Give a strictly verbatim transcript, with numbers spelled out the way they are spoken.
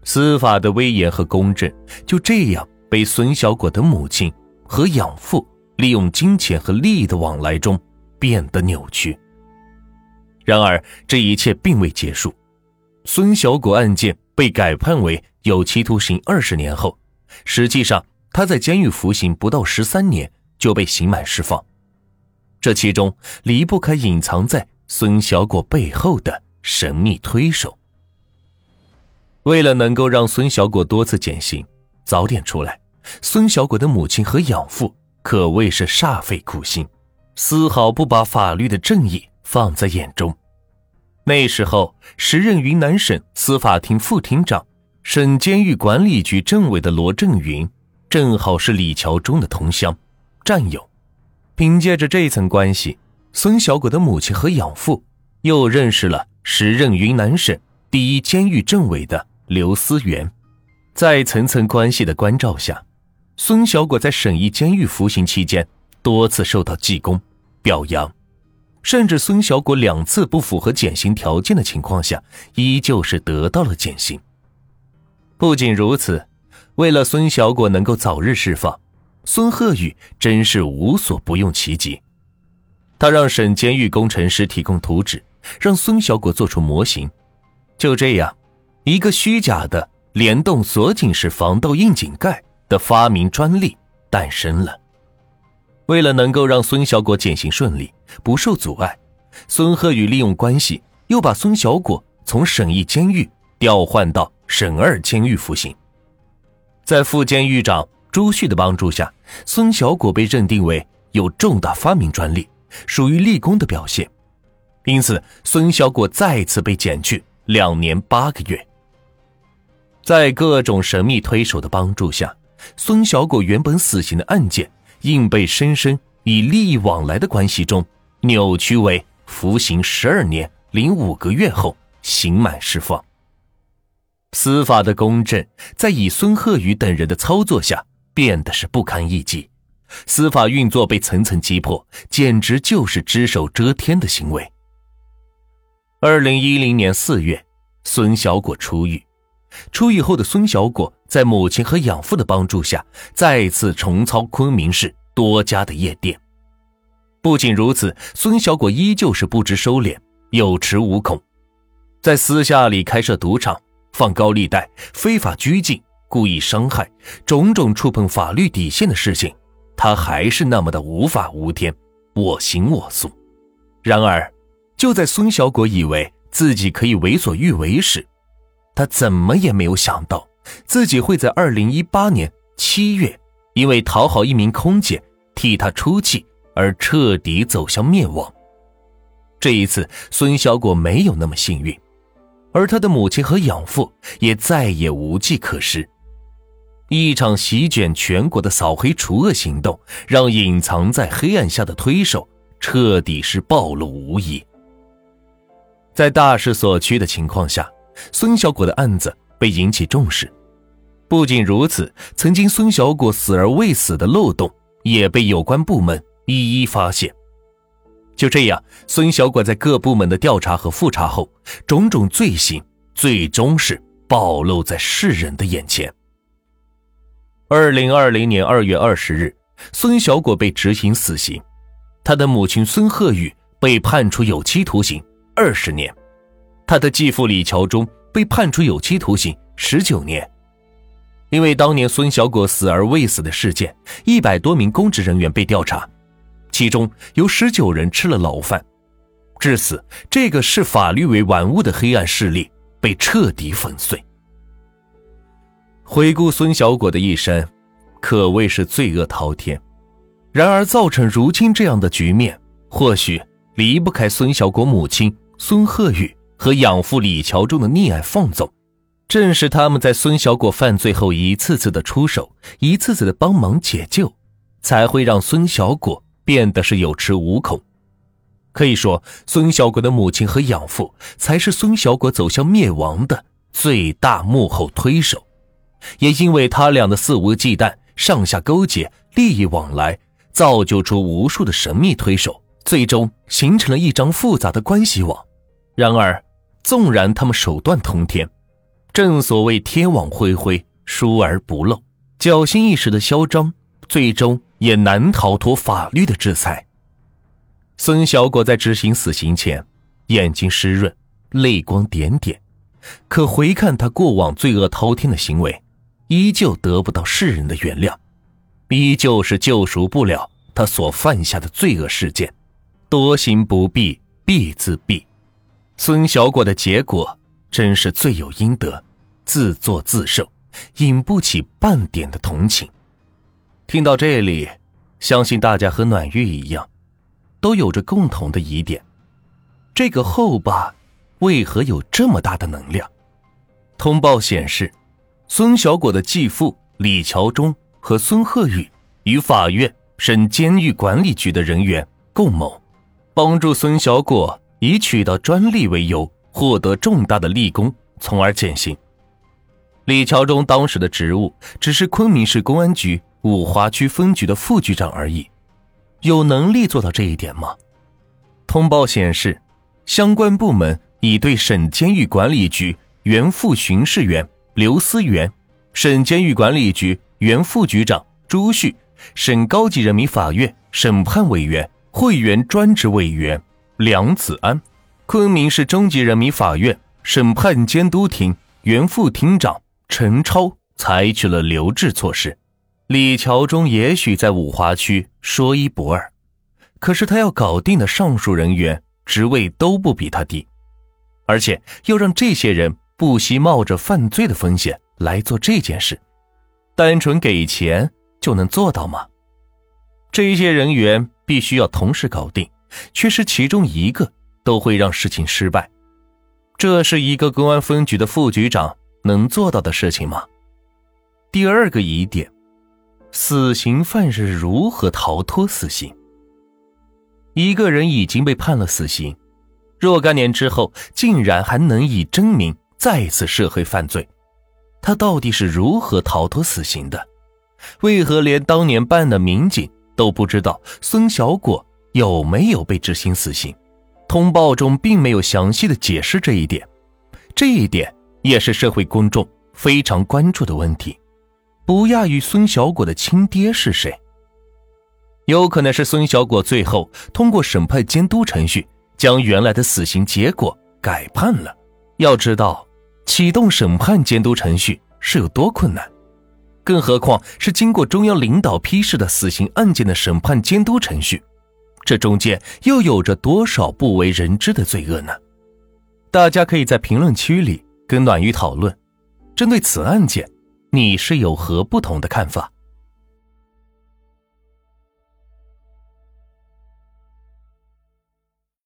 司法的威严和公正就这样被孙小果的母亲和养父利用金钱和利益的往来中变得扭曲。然而这一切并未结束，孙小果案件被改判为有期徒刑二十年后，实际上他在监狱服刑不到十三年就被刑满释放。这其中离不开隐藏在孙小果背后的神秘推手。为了能够让孙小果多次减刑，早点出来，孙小果的母亲和养父可谓是煞费苦心，丝毫不把法律的正义放在眼中。那时候时任云南省司法厅副厅长、省监狱管理局政委的罗振云正好是李桥忠的同乡战友，凭借着这层关系，孙小果的母亲和养父又认识了时任云南省第一监狱政委的刘思源。在层层关系的关照下，孙小果在省一监狱服刑期间多次受到记功表扬，甚至孙小果两次不符合减刑条件的情况下，依旧是得到了减刑。不仅如此，为了孙小果能够早日释放，孙鹤宇真是无所不用其极。他让省监狱工程师提供图纸，让孙小果做出模型。就这样，一个虚假的联动锁紧式防盗硬井盖的发明专利诞生了。为了能够让孙小果减刑顺利，不受阻碍，孙鹤宇利用关系又把孙小果从省一监狱调换到省二监狱服刑。在副监狱长朱旭的帮助下，孙小果被认定为有重大发明专利，属于立功的表现，因此孙小果再次被减去两年八个月。在各种神秘推手的帮助下，孙小果原本死刑的案件硬被深深以利益往来的关系中扭曲为服刑十二年零五个月后刑满释放。司法的公正在以孙鹤宇等人的操作下变得是不堪一击，司法运作被层层击破，简直就是只手遮天的行为。二零一零年四月，孙小果出狱。出狱后的孙小果在母亲和养父的帮助下，再次重操昆明市多家的夜店。不仅如此，孙小果依旧是不知收敛，有恃无恐，在私下里开设赌场，放高利贷，非法拘禁，故意伤害，种种触碰法律底线的事情，他还是那么的无法无天，我行我素。然而就在孙小果以为自己可以为所欲为时，他怎么也没有想到自己会在二零一八年七月因为讨好一名空姐替他出气而彻底走向灭亡。这一次孙小果没有那么幸运，而他的母亲和养父也再也无计可施。一场席卷全国的扫黑除恶行动让隐藏在黑暗下的推手彻底是暴露无遗。在大势所趋的情况下，孙小果的案子被引起重视。不仅如此，曾经孙小果死而未死的漏洞也被有关部门一一发现。就这样，孙小果在各部门的调查和复查后，种种罪行最终是暴露在世人的眼前。二零二零年二月二十日，孙小果被执行死刑，他的母亲孙鹤宇被判处有期徒刑二十年，他的继父李桥忠被判处有期徒刑十九年。因为当年孙小果死而未死的事件，一百多名公职人员被调查，其中有十九人吃了牢饭。至此，这个视法律为玩物的黑暗势力被彻底粉碎。回顾孙小果的一生，可谓是罪恶滔天。然而造成如今这样的局面，或许离不开孙小果母亲孙鹤宇和养父李桥忠的溺爱放纵。正是他们在孙小果犯罪后一次次的出手，一次次的帮忙解救，才会让孙小果变得是有恃无恐。可以说，孙小果的母亲和养父才是孙小果走向灭亡的最大幕后推手。也因为他俩的肆无忌惮、上下勾结、利益往来，造就出无数的神秘推手，最终形成了一张复杂的关系网。然而纵然他们手段通天， 正所谓天网恢恢，疏而不漏，侥幸一时的嚣张，最终也难逃脱法律的制裁。孙小果在执行死刑前，眼睛湿润，泪光点点，可回看他过往罪恶滔天的行为，依旧得不到世人的原谅，依旧是救赎不了他所犯下的罪恶事件。多行不必必自毙，孙小果的结果真是罪有应得，自作自受，引不起半点的同情。听到这里，相信大家和暖玉一样，都有着共同的疑点，这个后爸为何有这么大的能量？通报显示，孙小果的继父李桥忠和孙鹤宇与法院、省监狱管理局的人员共谋，帮助孙小果以取得专利为由获得重大的立功，从而减刑。李桥忠当时的职务只是昆明市公安局五华区分局的副局长而已，有能力做到这一点吗？通报显示，相关部门已对省监狱管理局原副巡视员刘思源、省监狱管理局原副局长朱旭、省高级人民法院审判委员、会员专职委员梁子安、昆明市中级人民法院审判监督庭原副庭长陈超采取了留置措施。李桥忠也许在五华区说一不二，可是他要搞定的上述人员职位都不比他低，而且又让这些人不惜冒着犯罪的风险来做这件事，单纯给钱就能做到吗？这些人员必须要同时搞定，缺失其中一个都会让事情失败。这是一个公安分局的副局长能做到的事情吗？第二个疑点，死刑犯是如何逃脱死刑？一个人已经被判了死刑，若干年之后竟然还能以真名再次涉黑犯罪，他到底是如何逃脱死刑的？为何连当年办的民警都不知道孙小果有没有被执行死刑？通报中并没有详细的解释这一点，这一点也是社会公众非常关注的问题。不亚于孙小果的亲爹是谁？有可能是孙小果最后通过审判监督程序将原来的死刑结果改判了。要知道，启动审判监督程序是有多困难，更何况是经过中央领导批示的死刑案件的审判监督程序，这中间又有着多少不为人知的罪恶呢？大家可以在评论区里跟暖玉讨论，针对此案件你是有何不同的看法？